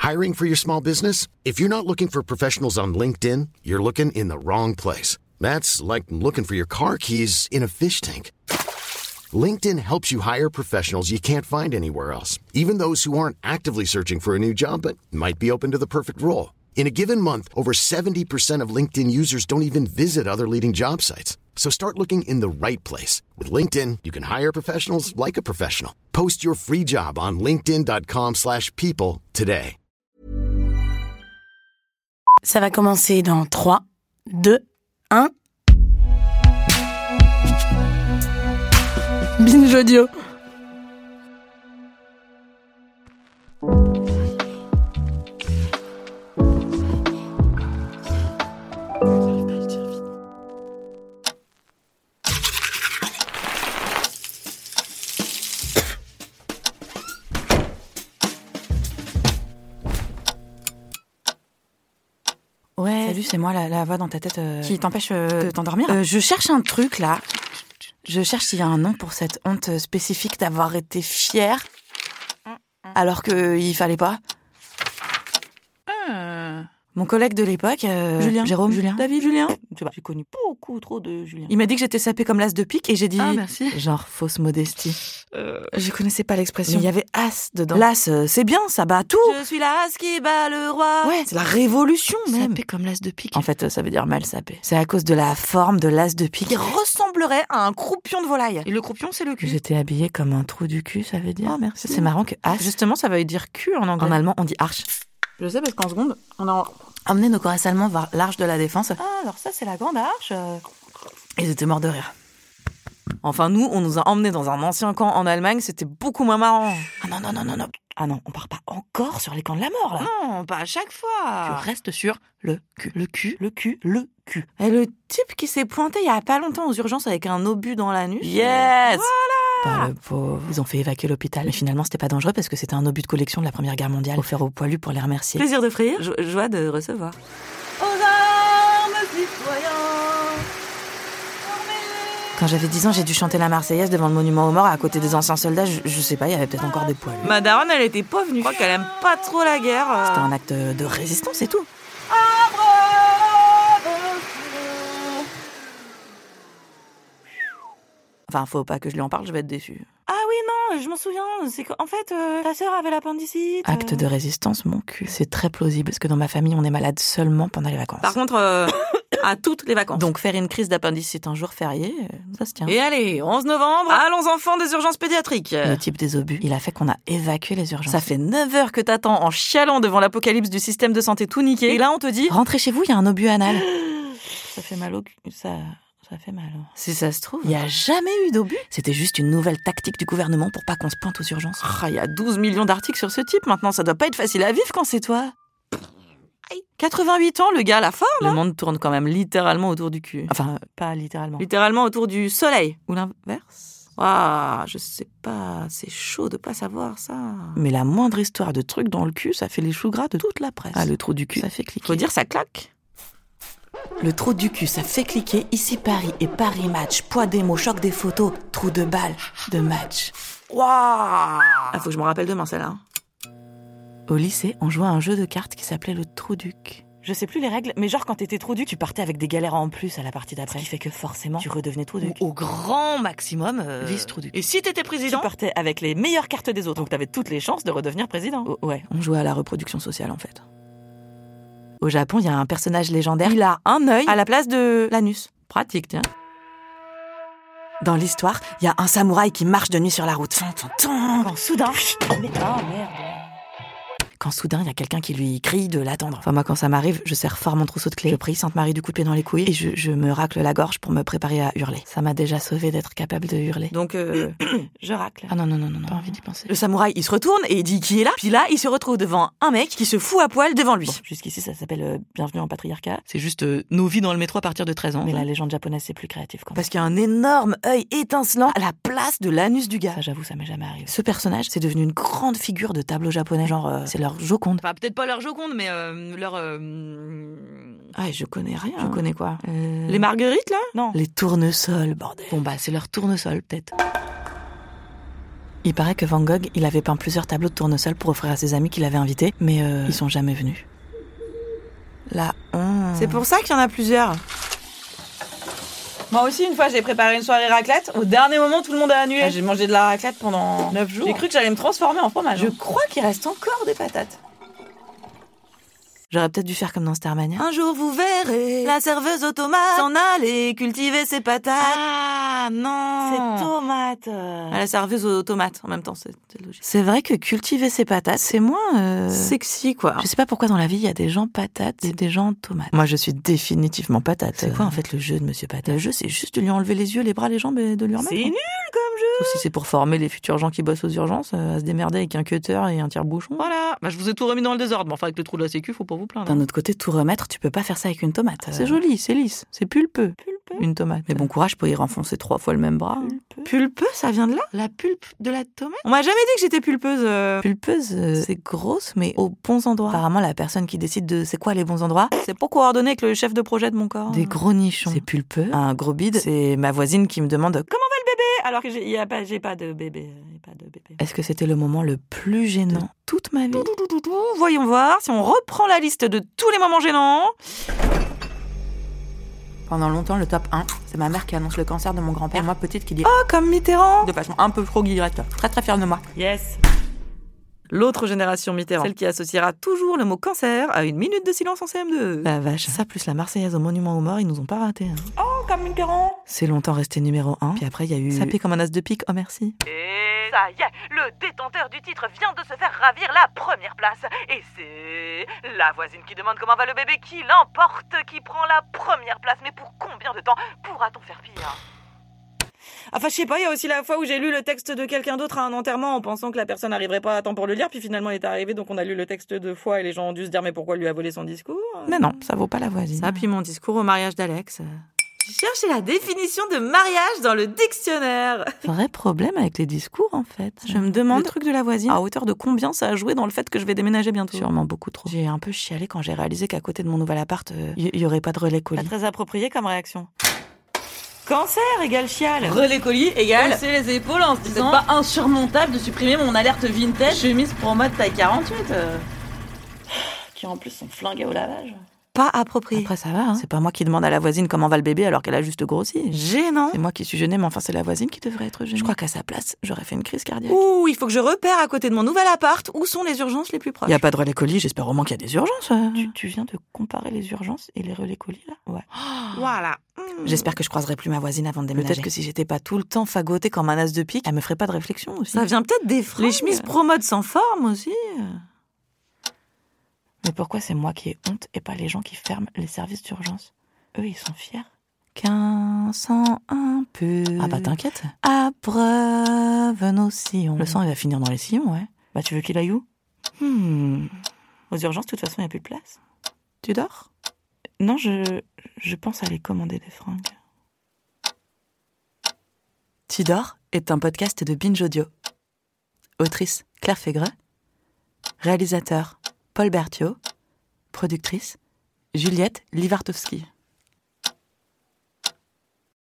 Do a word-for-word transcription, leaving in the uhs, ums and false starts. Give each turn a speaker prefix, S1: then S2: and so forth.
S1: Hiring for your small business? If you're not looking for professionals on LinkedIn, you're looking in the wrong place. That's like looking for your car keys in a fish tank. LinkedIn helps you hire professionals you can't find anywhere else, even those who aren't actively searching for a new job but might be open to the perfect role. In a given month, over seventy percent of LinkedIn users don't even visit other leading job sites. So start looking in the right place. With LinkedIn, you can hire professionals like a professional. Post your free job on linkedin.com slash people today.
S2: Ça va commencer dans trois, deux, un... Binge audio. Ouais, salut, c'est moi la, la voix dans ta tête euh, qui t'empêche euh, de t'endormir. Euh, je cherche un truc là. Je cherche s'il y a un nom pour cette honte spécifique d'avoir été fière alors qu'il fallait pas. Mmh. Mon collègue de l'époque, euh, Julien, Jérôme, Julien, David, Julien. Je sais pas, j'ai connu beaucoup trop de Julien. Il m'a dit que j'étais sapée comme l'as de pique et j'ai dit,
S3: ah merci.
S2: Genre fausse modestie. Euh... Je connaissais pas l'expression. Mais il y avait as dedans. L'as, euh, c'est bien, ça bat tout.
S3: Je suis l'as qui bat le roi.
S2: Ouais, c'est la révolution même.
S3: Sapée comme l'as de pique.
S2: En fait, ça veut dire mal sapé. C'est à cause de la forme de l'as de pique qui ressemblerait à un croupion de volaille.
S3: Et le croupion, c'est le cul.
S2: J'étais habillée comme un trou du cul, ça veut dire.
S3: Ah merci.
S2: C'est marrant que as.
S3: Justement, ça veut dire cul en anglais.
S2: En allemand, on dit arche.
S3: Je sais parce qu'en seconde, on a
S2: emmené nos choristes allemands vers l'Arche de la Défense.
S3: Ah, alors ça, c'est la grande arche.
S2: Ils étaient morts de rire. Enfin, nous, on nous a emmenés dans un ancien camp en Allemagne, c'était beaucoup moins marrant.
S3: Ah non, non, non, non, non.
S2: Ah non, on part pas encore sur les camps de la mort, là.
S3: Non, pas à chaque fois.
S2: Tu restes sur le cul.
S3: Le cul,
S2: le cul, le cul. Et le type qui s'est pointé il y a pas longtemps aux urgences avec un obus dans l'anus.
S3: Yes.
S2: Voilà. Bah, le pauvre. Ils ont fait évacuer l'hôpital. Mais finalement, c'était pas dangereux parce que c'était un obus de collection de la Première Guerre mondiale offert aux poilus pour les remercier.
S3: Plaisir d'offrir,
S2: jo- joie de recevoir.
S3: Aux armes, citoyens.
S2: Quand j'avais dix ans, j'ai dû chanter la Marseillaise devant le monument aux morts à côté des anciens soldats. Je, je sais pas, il y avait peut-être encore des poilus.
S3: Ma daronne, elle était pas venue. Je crois qu'elle aime pas trop la guerre. Euh...
S2: C'était un acte de résistance et tout. Enfin, faut pas que je lui en parle, je vais être déçue.
S3: Ah oui, non, je m'en souviens. C'est qu'en fait, euh, ta sœur avait l'appendicite.
S2: Acte
S3: euh...
S2: de résistance, mon cul. C'est très plausible parce que dans ma famille, on est malade seulement pendant les vacances.
S3: Par contre, euh, à toutes les vacances.
S2: Donc faire une crise d'appendicite un jour férié, ça se tient.
S3: Et allez, onze novembre, allons enfants des urgences pédiatriques.
S2: Le type des obus, il a fait qu'on a évacué les urgences.
S3: Ça fait neuf heures que t'attends en chialant devant l'apocalypse du système de santé tout niqué. Et là, on te dit...
S2: Rentrez chez vous, il y a un obus anal.
S3: Ça fait mal au cul, ça... Ça fait mal.
S2: Si ça se trouve, il n'y a jamais eu d'obus. C'était juste une nouvelle tactique du gouvernement pour pas qu'on se pointe aux urgences.
S3: Ah, il y a douze millions d'articles sur ce type maintenant, ça doit pas être facile à vivre quand c'est toi. quatre-vingt-huit ans, le gars, la forme.
S2: Le monde tourne quand même littéralement autour du cul.
S3: Enfin,
S2: pas littéralement.
S3: Littéralement autour du soleil.
S2: Ou l'inverse.
S3: Ah, je sais pas, c'est chaud de pas savoir ça.
S2: Mais la moindre histoire de truc dans le cul, ça fait les choux gras de toute la presse. Ah, le trou du cul, ça fait cliquer.
S3: Faut dire, ça claque.
S2: Le trou du cul, ça fait cliquer. Ici Paris et Paris Match. Poids des mots, choc des photos. Trou de balle, de match.
S3: Waouh. Ah, faut que je me rappelle demain, celle-là.
S2: Au lycée, on jouait à un jeu de cartes qui s'appelait le Trou-Duc.
S3: Je sais plus les règles, mais genre quand t'étais Trou-Duc, tu partais avec des galères en plus à la partie d'après.
S2: Ce qui fait que forcément,
S3: tu redevenais Trou-Duc.
S2: Au grand maximum, euh, vice Trou-Duc.
S3: Et si t'étais président, tu partais avec les meilleures cartes des autres. Donc t'avais toutes les chances de redevenir président.
S2: Oh, ouais, on jouait à la reproduction sociale en fait. Au Japon, il y a un personnage légendaire. Il a un œil à la place de l'anus. Pratique, tiens. Dans l'histoire, il y a un samouraï qui marche de nuit sur la route.
S3: Quand soudain... Oh merde.
S2: Quand soudain, il y a quelqu'un qui lui crie de l'attendre. Enfin, moi, quand ça m'arrive, je serre fort mon trousseau de clés. Je prie Sainte Marie du coup de pied dans les couilles et je, je me racle la gorge pour me préparer à hurler. Ça m'a déjà sauvé d'être capable de hurler.
S3: Donc, euh, je racle.
S2: Ah non, non, non, non, pas envie d'y penser.
S3: Le samouraï, il se retourne et il dit qui est là. Puis là, il se retrouve devant un mec qui se fout à poil devant lui.
S2: Bon, jusqu'ici, ça s'appelle euh, Bienvenue en patriarcat.
S3: C'est juste euh, nos vies dans le métro à partir de treize ans.
S2: Mais la légende japonaise, c'est plus créatif quand même.
S3: Parce qu'il y a un énorme œil étincelant à la place de l'anus du gars.
S2: Ça, j'avoue, ça m'est jamais arrivé. Ce personnage, c'est devenu une grande figure de tableau japonais. Genre, euh, c'est leur Joconde.
S3: Enfin, peut-être pas leur Joconde, mais euh, leur... Euh...
S2: Ah, je connais rien.
S3: Je connais quoi
S2: euh...
S3: Les marguerites, là? Non.
S2: Les tournesols, bordel.
S3: Bon, bah, c'est leur tournesol, peut-être.
S2: Il paraît que Van Gogh, il avait peint plusieurs tableaux de tournesol pour offrir à ses amis qu'il avait invités, mais euh, ils sont jamais venus. La honte.
S3: C'est pour ça qu'il y en a plusieurs. Moi aussi, une fois, j'ai préparé une soirée raclette. Au dernier moment, tout le monde a annulé. Ah, j'ai mangé de la raclette pendant neuf jours. J'ai cru que j'allais me transformer en fromage. Je crois qu'il reste encore des patates.
S2: J'aurais peut-être dû faire comme dans Starmania.
S3: Un jour vous verrez la serveuse automate s'en aller cultiver ses patates.
S2: Ah non,
S3: c'est tomate.
S2: À la serveuse aux tomates, en même temps, c'est, c'est logique. C'est vrai que cultiver ses patates, c'est moins euh...
S3: sexy, quoi.
S2: Je sais pas pourquoi dans la vie, il y a des gens patates et des gens tomates. Moi, je suis définitivement patate. C'est quoi en fait le jeu de Monsieur Patate? Le jeu, c'est juste de lui enlever les yeux, les bras, les jambes et de lui remettre.
S3: C'est nul comme jeu.
S2: Sauf si c'est pour former les futurs gens qui bossent aux urgences euh, à se démerder avec un cutter et un tire-bouchon.
S3: Voilà, bah, je vous ai tout remis dans le désordre, mais enfin avec le trou de la sécu, faut pas vous plaindre.
S2: D'un autre côté, tout remettre, tu peux pas faire ça avec une tomate. C'est joli, c'est lisse, c'est pulpeux.
S3: Pulpeux.
S2: Une tomate. Mais bon courage pour y renfoncer trois fois le même bras.
S3: Pulpeux. Pulpeux, ça vient de là?
S2: La pulpe de la tomate?
S3: On m'a jamais dit que j'étais pulpeuse. Euh...
S2: Pulpeuse, euh, c'est grosse, mais aux bons endroits. Apparemment, la personne qui décide de c'est quoi les bons endroits,
S3: c'est pas coordonné avec le chef de projet de mon corps.
S2: Des gros nichons. C'est pulpeux. Un gros bide, c'est ma voisine qui me demande comment va le bébé
S3: alors que j'ai, y a pas, j'ai pas de bébé. Pas de bébé.
S2: Est-ce que c'était le moment le plus gênant de toute ma vie?
S3: Tout, tout, tout, tout. Voyons voir si on reprend la liste de tous les moments gênants.
S2: Pendant longtemps, le top un, c'est ma mère qui annonce le cancer de mon grand-père. Et moi, petite, qui dit
S3: oh, comme Mitterrand.
S2: De façon un peu trop guillerette. Très très fière de moi.
S3: Yes. L'autre génération Mitterrand, celle qui associera toujours le mot cancer à une minute de silence en C M deux.
S2: La vache, ça plus la Marseillaise au Monument aux Morts, ils nous ont pas raté. Hein.
S3: Oh, comme Mitterrand.
S2: C'est longtemps resté numéro un, puis après il y a eu sapé comme un as de pique, oh merci.
S3: Et ça y est, le détenteur du titre vient de se faire ravir la première place. Et c'est la voisine qui demande comment va le bébé qui l'emporte, qui prend la première place. Mais pour combien de temps pourra-t-on faire pire? Enfin, je sais pas, il y a aussi la fois où j'ai lu le texte de quelqu'un d'autre à un enterrement en pensant que la personne n'arriverait pas à temps pour le lire, puis finalement il est arrivé, donc on a lu le texte deux fois et les gens ont dû se dire mais pourquoi lui a volé son discours?
S2: Mais non, ça vaut pas la voisine.
S3: Ça, puis mon discours au mariage d'Alex. J'ai cherché la définition de mariage dans le dictionnaire.
S2: Vrai problème avec les discours en fait.
S3: Je me demande
S2: le truc de la voisine, à hauteur de combien ça a joué dans le fait que je vais déménager bientôt? Sûrement beaucoup trop. J'ai un peu chialé quand j'ai réalisé qu'à côté de mon nouvel appart, il euh, y, y aurait pas de relais colis.
S3: Pas très approprié comme réaction. Cancer égale chial. Relais colis égale hausser les épaules en se disant c'est pas insurmontable de supprimer mon alerte vintage chemise promo de taille quarante-huit euh... qui en plus sont flinguées au lavage.
S2: Pas approprié. Après ça va, hein. C'est pas moi qui demande à la voisine comment va le bébé alors qu'elle a juste grossi.
S3: Gênant.
S2: C'est moi qui suis gênée, mais enfin c'est la voisine qui devrait être gênée. Je crois qu'à sa place, j'aurais fait une crise cardiaque.
S3: Ouh, il faut que je repère à côté de mon nouvel appart où sont les urgences les plus proches.
S2: Y a pas de relais colis, j'espère au moins qu'il y a des urgences. Euh. Tu, tu viens de comparer les urgences et les relais colis là? Ouais.
S3: Oh, voilà.
S2: Mmh. J'espère que je croiserai plus ma voisine avant de déménager. Peut-être que si j'étais pas tout le temps fagotée comme un as de pique, elle me ferait pas de réflexion aussi.
S3: Ça vient peut-être des fringues. Les chemises pro-mode sans forme aussi.
S2: Mais pourquoi c'est moi qui ai honte et pas les gens qui ferment les services d'urgence? Eux, ils sont fiers. Qu'un sang un peu. Ah bah t'inquiète. Abreuve nos sillons. Le sang, il va finir dans les sillons, ouais. Bah tu veux qu'il aille où? Hmm. Aux urgences, de toute façon, il n'y a plus de place. Tu dors? Non, je, je pense aller commander des fringues. Tu dors est un podcast de Binge Audio. Autrice Claire Fégreux. Réalisateur Paul Berthiaud. Productrice Juliette Livartowski.